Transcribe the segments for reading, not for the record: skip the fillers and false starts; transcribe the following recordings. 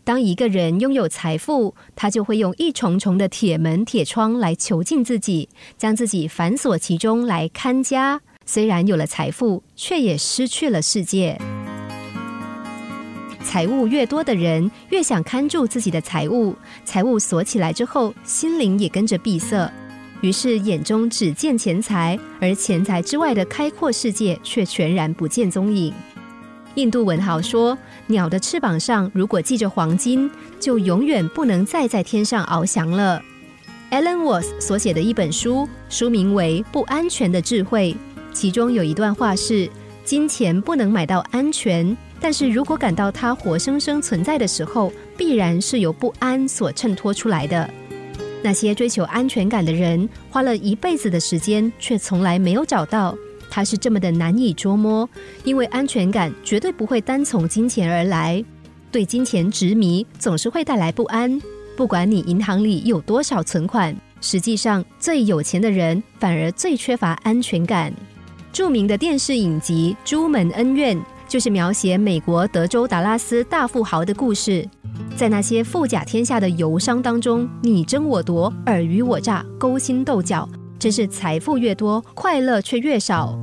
当一个人拥有财富，他就会用一重重的铁门铁窗来囚禁自己，将自己反锁其中来看家。虽然有了财富，却也失去了世界。财物越多的人，越想看住自己的财物，财物锁起来之后，心灵也跟着闭塞，于是眼中只见钱财，而钱财之外的开阔世界却全然不见踪影。印度文豪说，鸟的翅膀上如果系着黄金，就永远不能再在天上翱翔了。 Alan Watts 所写的一本书，书名为《不安全的智慧》，其中有一段话是，金钱不能买到安全，但是如果感到它活生生存在的时候，必然是由不安所衬托出来的。那些追求安全感的人，花了一辈子的时间，却从来没有找到，它是这么的难以捉摸，因为安全感绝对不会单从金钱而来。对金钱执迷总是会带来不安，不管你银行里有多少存款，实际上最有钱的人反而最缺乏安全感。著名的电视影集《朱门恩怨》就是描写美国德州达拉斯大富豪的故事。在那些富甲天下的游商当中，你争我夺，尔虞我诈，勾心斗角，真是财富越多，快乐却越少。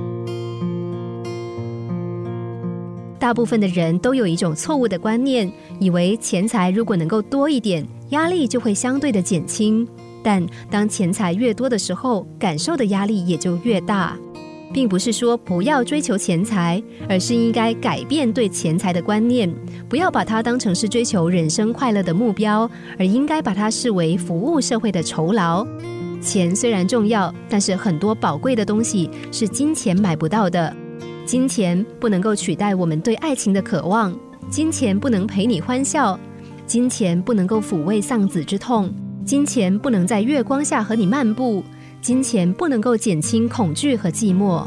大部分的人都有一种错误的观念，以为钱财如果能够多一点，压力就会相对的减轻。但当钱财越多的时候，感受的压力也就越大。并不是说不要追求钱财，而是应该改变对钱财的观念，不要把它当成是追求人生快乐的目标，而应该把它视为服务社会的酬劳。钱虽然重要，但是很多宝贵的东西是金钱买不到的。金钱不能够取代我们对爱情的渴望，金钱不能陪你欢笑，金钱不能够抚慰丧子之痛，金钱不能在月光下和你漫步，金钱不能够减轻恐惧和寂寞。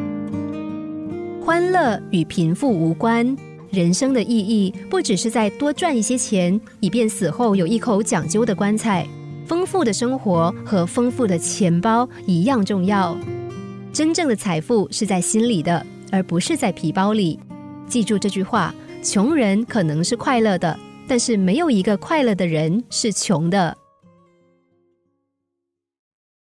欢乐与贫富无关，人生的意义不只是在多赚一些钱，以便死后有一口讲究的棺材。丰富的生活和丰富的钱包一样重要。真正的财富是在心里的，而不是在皮包里。记住这句话，穷人可能是快乐的，但是没有一个快乐的人是穷的。